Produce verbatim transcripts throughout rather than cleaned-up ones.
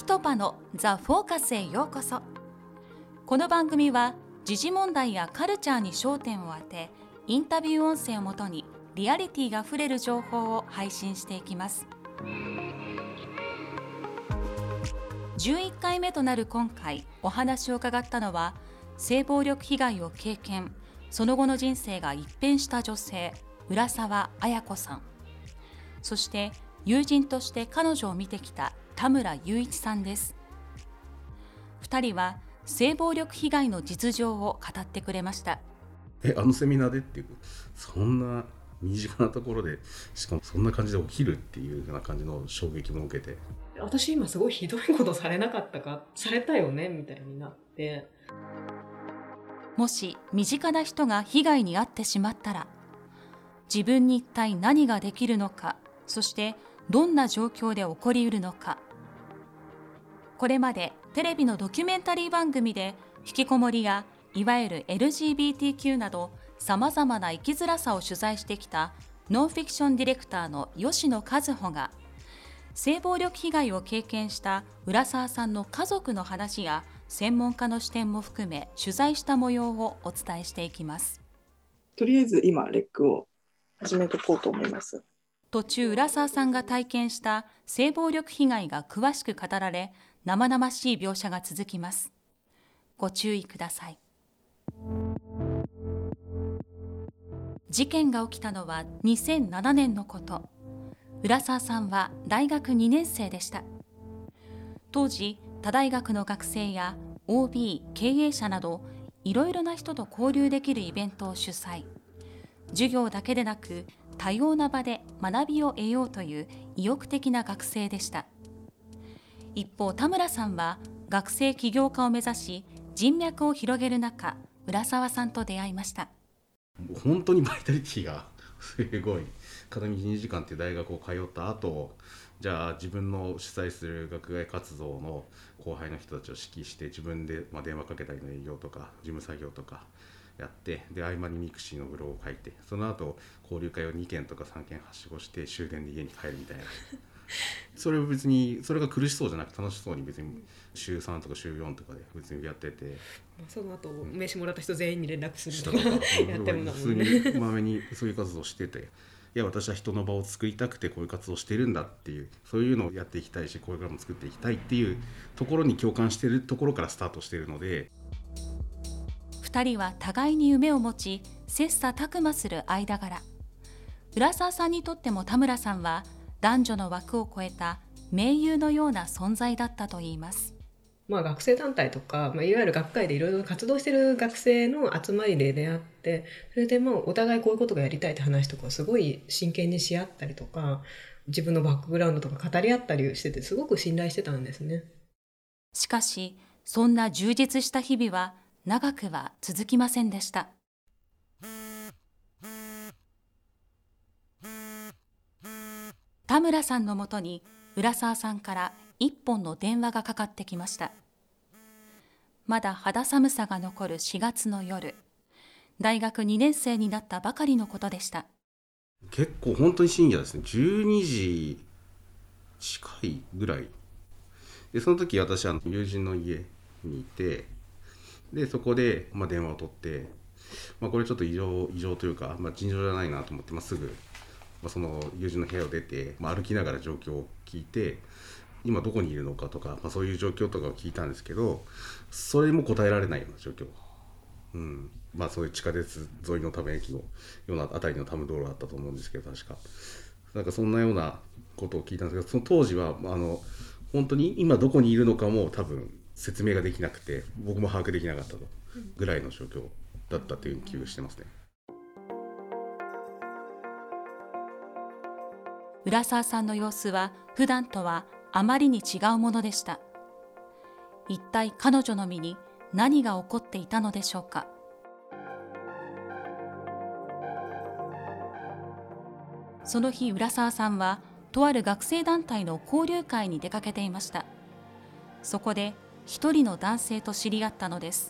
トパのザ・フォーカスへようこそ。この番組は時事問題やカルチャーに焦点を当て、インタビュー音声をもとにリアリティがあふれる情報を配信していきます。じゅういっかいめとなる今回、お話を伺ったのは性暴力被害を経験、その後の人生が一変した女性、浦沢綾子さん、そして友人として彼女を見てきた田村雄一さんです。ふたりは性暴力被害の実情を語ってくれました。 え、あのセミナーでっていう、そんな身近なところで、しかもそんな感じで起きるっていうような感じの衝撃も受けて、 私今すごいひどいことされなかったか、されたよねみたいになって、 もし身近な人が被害に遭ってしまったら、自分に一体何ができるのか、そしてどんな状況で起こりうるのか。これまでテレビのドキュメンタリー番組で引きこもりやいわゆる エルジービーティーキュー などさまざまな生きづらさを取材してきたノンフィクションディレクターの吉野和穂が、性暴力被害を経験した浦沢さんの家族の話や専門家の視点も含め取材した模様をお伝えしていきます。 とりあえず今レックを始めとこうと思います。 途中浦沢さんが体験した性暴力被害が詳しく語られ、生々しい描写が続きます。ご注意ください。事件が起きたのはにせんななねんのこと。浦沢さんは大学にねん生でした。当時、他大学の学生や オービー、経営者などいろいろな人と交流できるイベントを主催。授業だけでなく多様な場で学びを得ようという意欲的な学生でした。一方、田村さんは学生起業家を目指し人脈を広げる中、浦沢さんと出会いました。 本当にバイタリティがすごい。片道にじかんっていう大学を通った後、じゃあ自分の主催する学外活動の後輩の人たちを指揮して、自分でまあ電話かけたりの営業とか事務作業とかやって、で合間にミクシーのブログを書いて、その後交流会をにけんとかさんけんはしごして終電で家に帰るみたいなそれを別に、それが苦しそうじゃなく楽しそうに、別にしゅうさんとかしゅうよんとかで別にやってて、 その後名刺もらった人全員に連絡するしたとかとかやってもなもんね。 普通にまめにそういう活動してて、いや私は人の場を作りたくてこういう活動してるんだっていう、そういうのをやっていきたいし、これからも作っていきたいっていうところに共感しているところからスタートしているので、 ふたりは互いに夢を持ち切磋琢磨する間柄。浦沢さんにとっても田村さんは男女の枠を超えた盟友のような存在だったといいます。 まあ、学生団体とか、まあ、いわゆる学会でいろいろ活動してる学生の集まりで出会って、それでもうお互いこういうことがやりたいって話とかをすごい真剣にし合ったりとか、自分のバックグラウンドとか語り合ったりしてて、すごく信頼してたんですね。 しかし、そんな充実した日々は長くは続きませんでした。田村さんのもとに浦沢さんから一本の電話がかかってきました。まだ肌寒さが残るしがつの夜、大学にねん生になったばかりのことでした。 結構本当に深夜ですね。じゅうにじ近いぐらいで、その時私は友人の家にいて、でそこでまあ電話を取って、まあ、これちょっと異常異常というか、まあ、尋常じゃないなと思って、まあ、すぐ、まあ、その友人の部屋を出て、まあ、歩きながら状況を聞いて、今どこにいるのかとか、まあ、そういう状況とかを聞いたんですけど、それも答えられないような状況、うんまあ、そういう地下鉄沿いの多分駅のようなあたりの多分道路だったと思うんですけど、確かなんかそんなようなことを聞いたんですけど、その当時はあの本当に今どこにいるのかも多分説明ができなくて、僕も把握できなかったとぐらいの状況だったという気がしてますね。 浦沢さんの様子は普段とはあまりに違うものでした。一体彼女の身に何が起こっていたのでしょうか。その日、浦沢さんはとある学生団体の交流会に出かけていました。そこで一人の男性と知り合ったのです。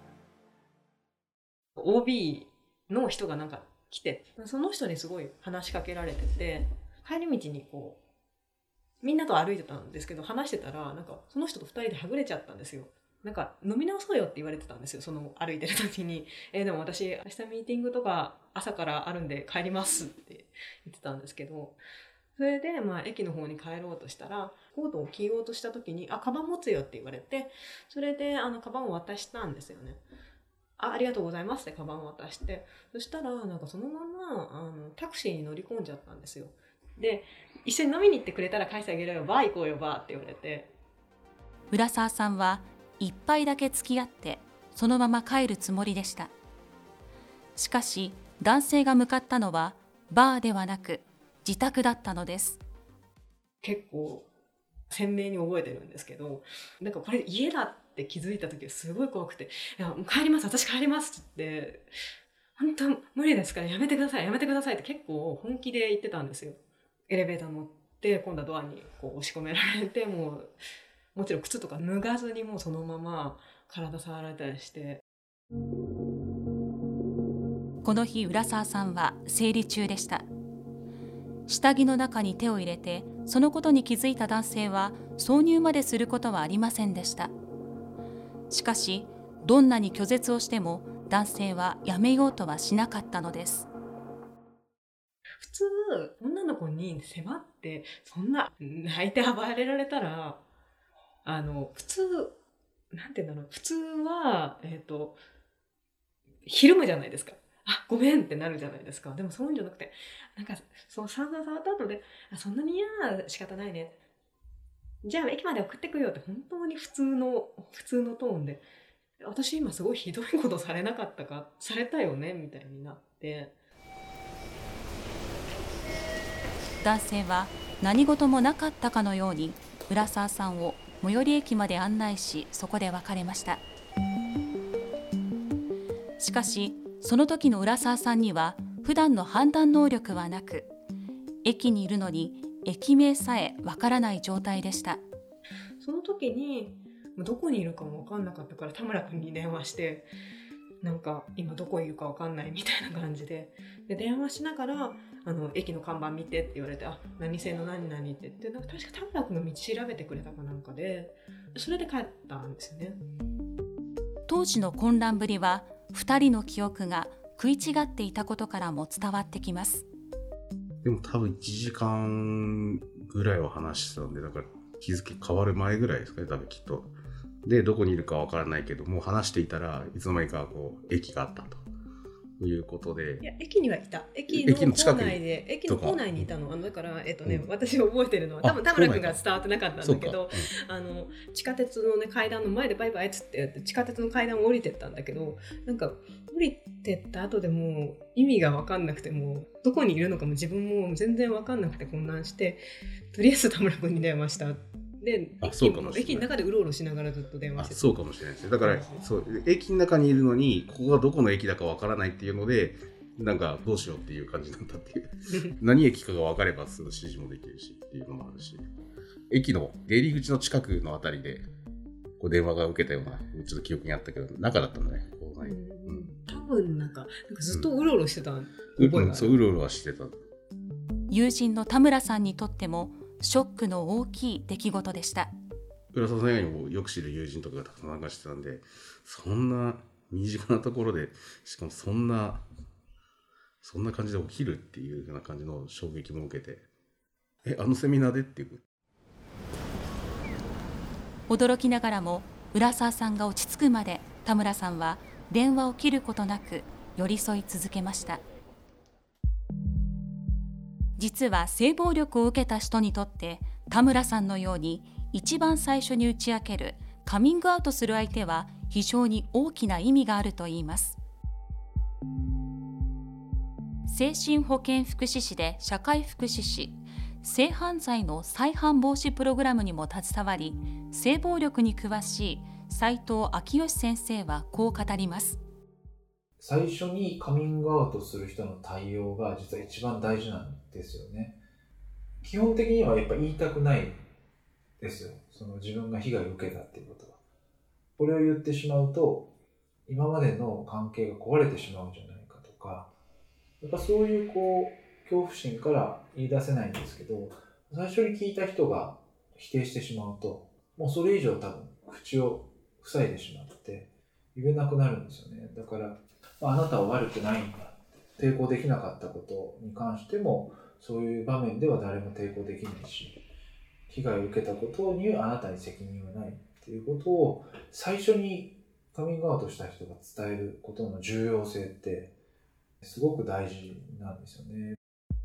オービー の人がなんか来て、その人にすごい話しかけられてて、帰り道にこうみんなと歩いてたんですけど、話してたらなんかその人とふたりではぐれちゃったんですよ。なんか飲み直そうよって言われてたんですよ、その歩いてる時に。えー、でも私明日ミーティングとか朝からあるんで帰りますって言ってたんですけど、それでまあ駅の方に帰ろうとしたら、コートを着ようとした時に、あ、カバン持つよって言われて、それであのカバンを渡したんですよね。あ、ありがとうございますってカバンを渡して、そしたらなんかそのままあのタクシーに乗り込んじゃったんですよ。で、一緒に飲みに行ってくれたら返してあげるよ、バー行こうよバーって言われて。 浦沢さんは一杯だけ付き合ってそのまま帰るつもりでした。しかし男性が向かったのはバーではなく自宅だったのです。 結構鮮明に覚えてるんですけど、なんかこれ家だって気づいた時はすごい怖くて、いやもう帰ります私帰りますって言って、本当無理ですからやめてくださいやめてくださいって結構本気で言ってたんですよ。エレベーター乗って今度はドアにこう押し込められて、もうもちろん靴とか脱がずにもうそのまま体触られたりして。 この日浦沢さんは生理中でした。下着の中に手を入れてそのことに気づいた男性は挿入まですることはありませんでした。しかしどんなに拒絶をしても男性はやめようとはしなかったのです。 普通女の子に迫ってそんな泣いて暴れられたら、あの普通なんて言うんだろう、普通はえっとひるむじゃないですか。あ、ごめんってなるじゃないですか。でもそういうんじゃなくて、なんかそう散々触った後で、あ、そんなに嫌な仕方ないね、じゃあ駅まで送ってくよって本当に普通の普通のトーンで、私今すごいひどいことされなかったか、されたよねみたいになって、 男性は何事もなかったかのように浦沢さんを最寄り駅まで案内し、そこで別れました。しかしその時の浦沢さんには普段の判断能力はなく、駅にいるのに駅名さえわからない状態でした。 その時にどこにいるかも分かんなかったから田村君に電話して、なんか今どこにいるか分かんないみたいな感じで、で電話しながらあの駅の看板見てって言われて、あ、何線の何々って言って、なんか確か田村君が道調べてくれたかなんかで、それで帰ったんですよね。 当時の混乱ぶりはふたりの記憶が食い違っていたことからも伝わってきます。 でも多分いちじかんぐらいは話してたんで、だから日付変わる前ぐらいですかね、多分きっと。で、どこにいるかわからないけど、もう話していたらいつの間にかこう駅があったということで。 いや、駅にはいた。駅の構内で、駅の構内にいたの。あのだからえっとね、うん、私覚えてるのは多分田村君が伝わってなかったんだけど、うん、あの地下鉄のね階段の前でバイバイっつってやって地下鉄の階段を降りてったんだけど、なんか降りてった後でもう意味が分かんなくて、もうどこにいるのかも自分も全然分かんなくて混乱して、とりあえず田村君に電話した。で、駅も駅の中でうろうろしながらずっと電話してた。 そうかもしれないですね。だから、そう駅の中にいるのにここがどこの駅だかわからないっていうので、なんかどうしようっていう感じだったっていう何駅かが分かればすぐ指示もできるしっていうのもあるし、駅の出入り口の近くのあたりでこう電話が受けたようなちょっと記憶にあったけど、中だったんだね。こうない、うん、 多分なんか、なんかずっとうろうろしてた、うん、 覚えがある。そう、うろうろはしてた。 友人の田村さんにとってもショックの大きい出来事でした。 浦沢さん以外にもよく知る友人とかがたくさん参加してたんで、そんな身近なところで、しかもそんなそんな感じで起きるっていうような感じの衝撃も受けて、え、あのセミナーでっていう。 驚きながらも浦沢さんが落ち着くまで田村さんは電話を切ることなく寄り添い続けました。実は性暴力を受けた人にとって田村さんのように一番最初に打ち明けるカミングアウトする相手は非常に大きな意味があるといいます。精神保健福祉士で社会福祉士、性犯罪の再犯防止プログラムにも携わり、性暴力に詳しい斉藤昭義先生はこう語ります。 最初にカミングアウトする人の対応が実は一番大事なんですよね。基本的にはやっぱ言いたくないですよ。その自分が被害を受けたっていうことは。これを言ってしまうと今までの関係が壊れてしまうんじゃないかとか、やっぱそういうこう恐怖心から言い出せないんですけど、 最初に聞いた人が否定してしまうと、もうそれ以上多分口を塞いでしまって言えなくなるんですよね。だから、まあ、あなたは悪くないんだ、抵抗できなかったことに関してもそういう場面では誰も抵抗できないし、被害を受けたことにあなたに責任はないっていうことを最初にカミングアウトした人が伝えることの重要性ってすごく大事なんですよね。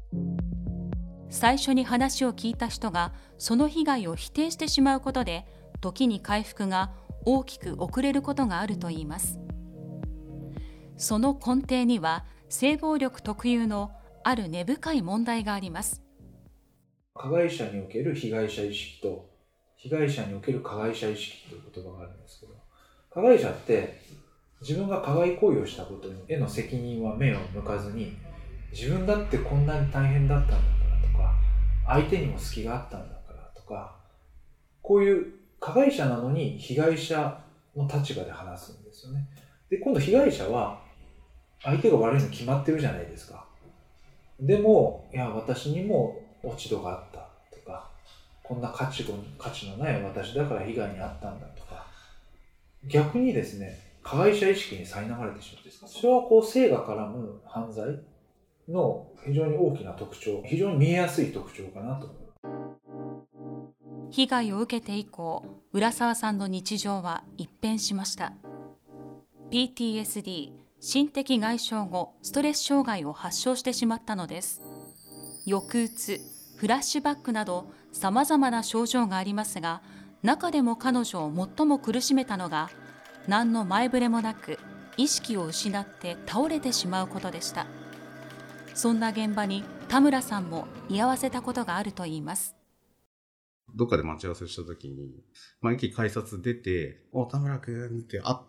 最初に話を聞いた人がその被害を否定してしまうことで、時に回復が大きく遅れることがあるといいます。その根底には性暴力特有のある根深い問題があります。 加害者における被害者意識と被害者における加害者意識という言葉があるんですけど、加害者って自分が加害行為をしたことへの責任は目を向かずに、自分だってこんなに大変だったんだからとか、相手にも隙があったんだからとか、こういう加害者なのに被害者の立場で話すんですよね。で、今度被害者は相手が悪いの決まってるじゃないですか。でも、いや、私にも落ち度があったとか、こんな価値の、価値のない私だから被害に遭ったんだとか、逆にですね、加害者意識に苛まれてしまうんですか。それはこう性が絡む犯罪の非常に大きな特徴、非常に見えやすい特徴かなと思います。 被害を受けて以降、浦沢さんの日常は一変しました。ピーティーエスディー、心的外傷後ストレス障害を発症してしまったのです。抑うつ、フラッシュバックなどさまざまな症状がありますが、中でも彼女を最も苦しめたのが、何の前触れもなく意識を失って倒れてしまうことでした。そんな現場に田村さんも居合わせたことがあるといいます。 どっかで待ち合わせした時に、まあ、駅改札出て、お、田村くんって会って、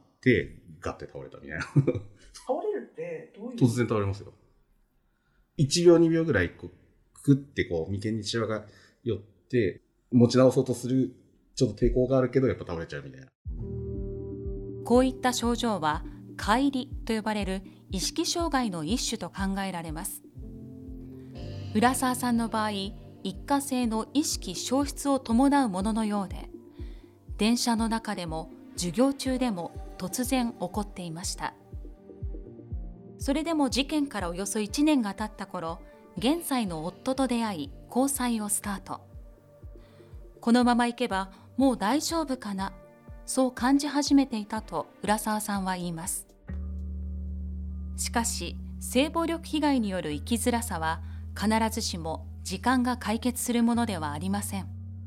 ガッて倒れたみたいな。 倒れるってどういう？ 突然倒れますよ。いちびょうにびょうぐらいこうクッてこう眉間にシワが寄って持ち直そうとするちょっと抵抗があるけどやっぱ倒れちゃうみたいな。 こういった症状は乖離と呼ばれる意識障害の一種と考えられます。浦沢さんの場合、一過性の意識消失を伴うもののようで、電車の中でも授業中でも突然起こっていました。それでも事件からおよそいちねんが経った頃、現在の夫と出会い交際をスタート。このままいけばもう大丈夫かな、そう感じ始めていたと浦沢さんは言います。しかし性暴力被害による生きづらさは必ずしも時間が解決するものではありません。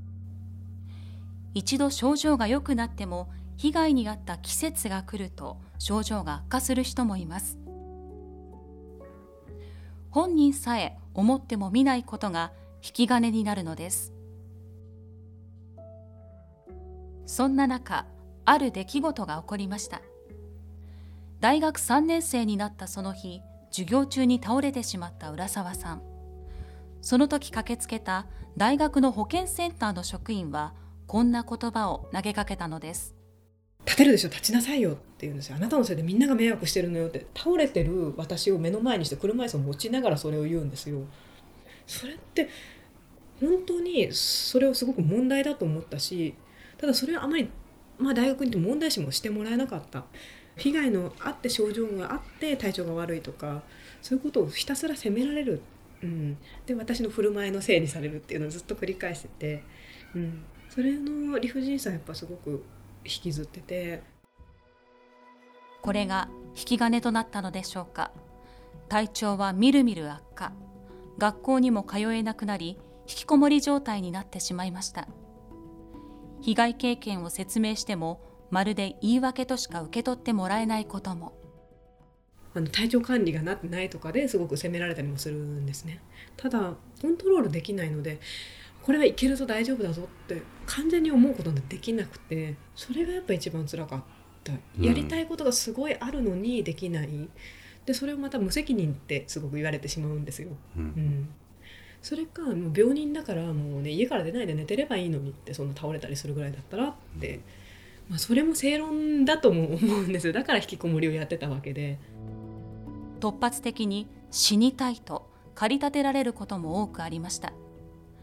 一度症状が良くなっても被害に遭った季節が来ると症状が悪化する人もいます。本人さえ思っても見ないことが引き金になるのです。そんな中、ある出来事が起こりました。大学さんねん生になったその日、授業中に倒れてしまった浦沢さん。その時駆けつけた大学の保健センターの職員はこんな言葉を投げかけたのです。 立てるでしょ、立ちなさいよって言うんですよ。あなたのせいでみんなが迷惑してるのよって。倒れてる私を目の前にして車椅子を持ちながらそれを言うんですよ。それって本当にそれをすごく問題だと思ったし、ただそれはあまり、まあ、大学に問題視もしてもらえなかった。被害のあって症状があって体調が悪いとか、そういうことをひたすら責められる、うん、で私の振る舞いのせいにされるっていうのをずっと繰り返してて、うん、それの理不尽さはやっぱすごく引きずってて、 これが引き金となったのでしょうか。体調はみるみる悪化、学校にも通えなくなり、引きこもり状態になってしまいました。被害経験を説明してもまるで言い訳としか受け取ってもらえないことも。 あの体調管理がなってないとかですごく責められたりもするんですね。ただコントロールできないので、これはいけるぞ大丈夫だぞって完全に思うことができなくて、それがやっぱ一番辛かった。やりたいことがすごいあるのにできない。でそれをまた無責任ってすごく言われてしまうんですよ、うんうん、それかもう病人だからもう、ね、家から出ないで寝てればいいのにって、その倒れたりするぐらいだったらって、まあ、それも正論だとも思うんですよ。だから引きこもりをやってたわけで、 突発的に死にたいと駆り立てられることも多くありました。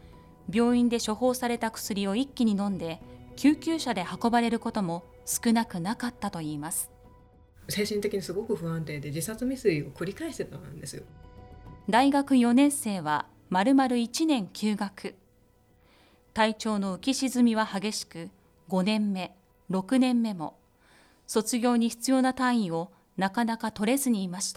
病院で処方された薬を一気に飲んで救急車で運ばれることも少なくなかったといいます。 精神的にすごく不安定で自殺未遂を繰り返してたんですよ。 大学よねん生は丸々いちねん休学。体調の浮き沈みは激しく、ごねんめ、ろくねんめも卒業に必要な単位をなかなか取れずにいました。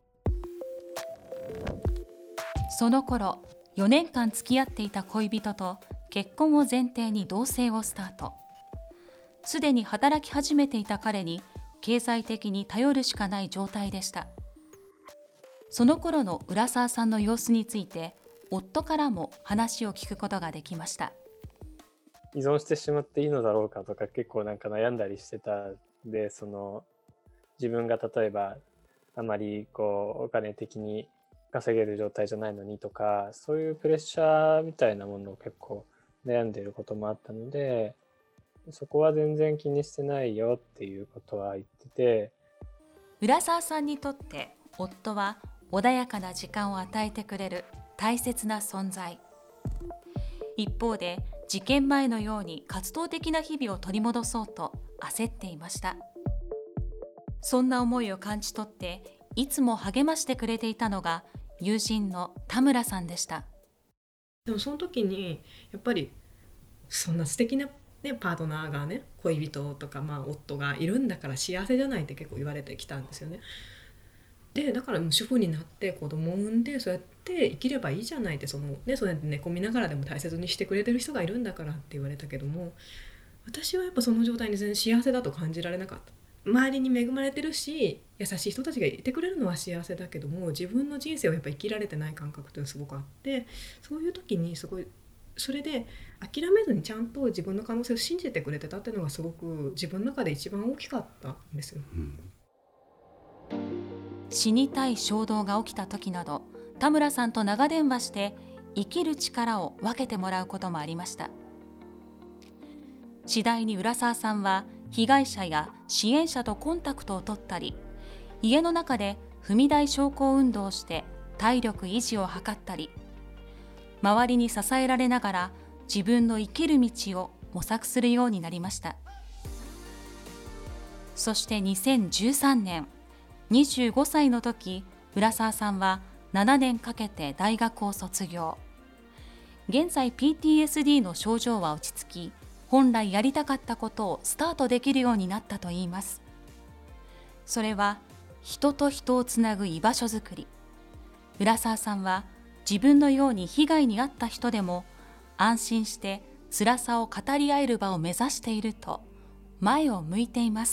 その頃、よねんかん付き合っていた恋人と結婚を前提に同棲をスタート。すでに働き始めていた彼に経済的に頼るしかない状態でした。その頃の浦沢さんの様子について、夫からも話を聞くことができました。 依存してしまっていいのだろうかとか結構なんか悩んだりしてたんで、その自分が例えばあまりこうお金的に稼げる状態じゃないのにとか、そういうプレッシャーみたいなものを結構悩んでいることもあったので、そこは全然気にしてないよっていうことは言ってて、 浦沢さんにとって夫は穏やかな時間を与えてくれる大切な存在。一方で事件前のように活動的な日々を取り戻そうと焦っていました。そんな思いを感じ取っていつも励ましてくれていたのが友人の田村さんでした。 でもその時にやっぱりそんな素敵な、ね、パートナーがね、恋人とか、まあ、夫がいるんだから幸せじゃないって結構言われてきたんですよね。でだから主婦になって子供を産んでそうやって生きればいいじゃないって、その、ね、そうやって寝込みながらでも大切にしてくれてる人がいるんだからって言われたけども、私はやっぱその状態に全然幸せだと感じられなかった。周りに恵まれてるし優しい人たちがいてくれるのは幸せだけども、自分の人生をやっぱ生きられてない感覚っていうのがすごくあって、そういう時にすごいそれで諦めずにちゃんと自分の可能性を信じてくれてたっていうのがすごく自分の中で一番大きかったんですよ、うん、 死にたい衝動が起きた時など、田村さんと長電話して生きる力を分けてもらうこともありました。次第に浦沢さんは被害者や支援者とコンタクトを取ったり、家の中で踏み台昇降運動をして体力維持を図ったり、周りに支えられながら自分の生きる道を模索するようになりました。そしてにせんじゅうさんねん、にじゅうごさいの時、浦沢さんはななねんかけて大学を卒業。現在 ピーティーエスディー の症状は落ち着き、本来やりたかったことをスタートできるようになったといいます。それは人と人をつなぐ居場所づくり。浦沢さんは自分のように被害に遭った人でも安心して辛さを語り合える場を目指していると前を向いています。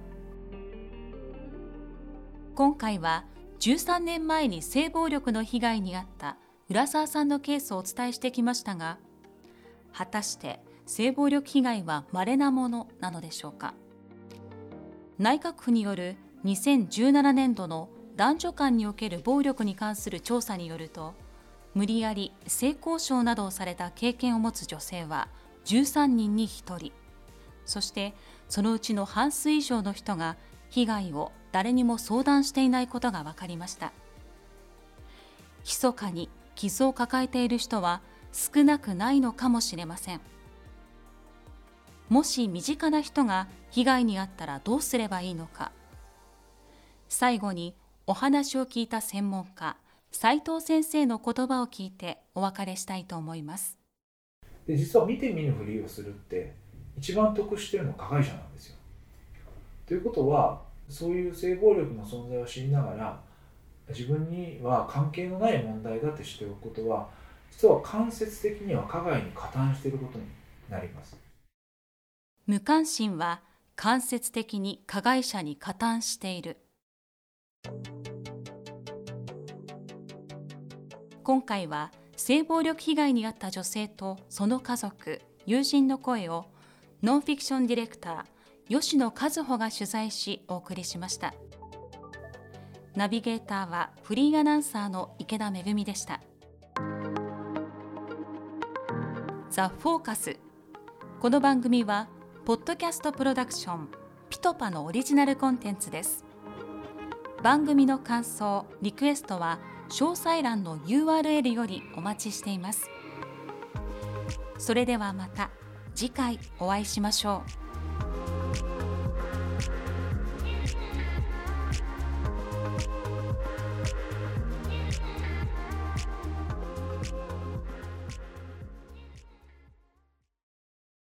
今回はじゅうさんねんまえに性暴力の被害に遭った浦沢さんのケースをお伝えしてきましたが、果たして性暴力被害は稀なものなのでしょうか。内閣府によるにせんじゅうななねんどの男女間における暴力に関する調査によると、無理やり性交渉などをされた経験を持つ女性はじゅうさんにんにひとり、そしてそのうちの半数以上の人が被害を誰にも相談していないことが分かりました。密かに傷を抱えている人は少なくないのかもしれません。もし身近な人が被害に遭ったらどうすればいいのか。最後にお話を聞いた専門家、斉藤先生の言葉を聞いてお別れしたいと思います。 で実は見て見ぬふりをするって一番得してるのは加害者なんですよ。ということは、そういう性暴力の存在を知りながら自分には関係のない問題だって知っておくことは、実は間接的には加害に加担していることになります。 無関心は間接的に加害者に加担している。今回は性暴力被害に遭った女性とその家族、友人の声をノンフィクションディレクター吉野和穂が取材しお送りしました。ナビゲーターはフリーアナウンサーの池田めぐみでした。ザ・フォーカス。この番組はポッドキャストプロダクションピトパのオリジナルコンテンツです。番組の感想、リクエストは詳細欄の ユーアールエル よりお待ちしています。 それではまた次回お会いしましょう。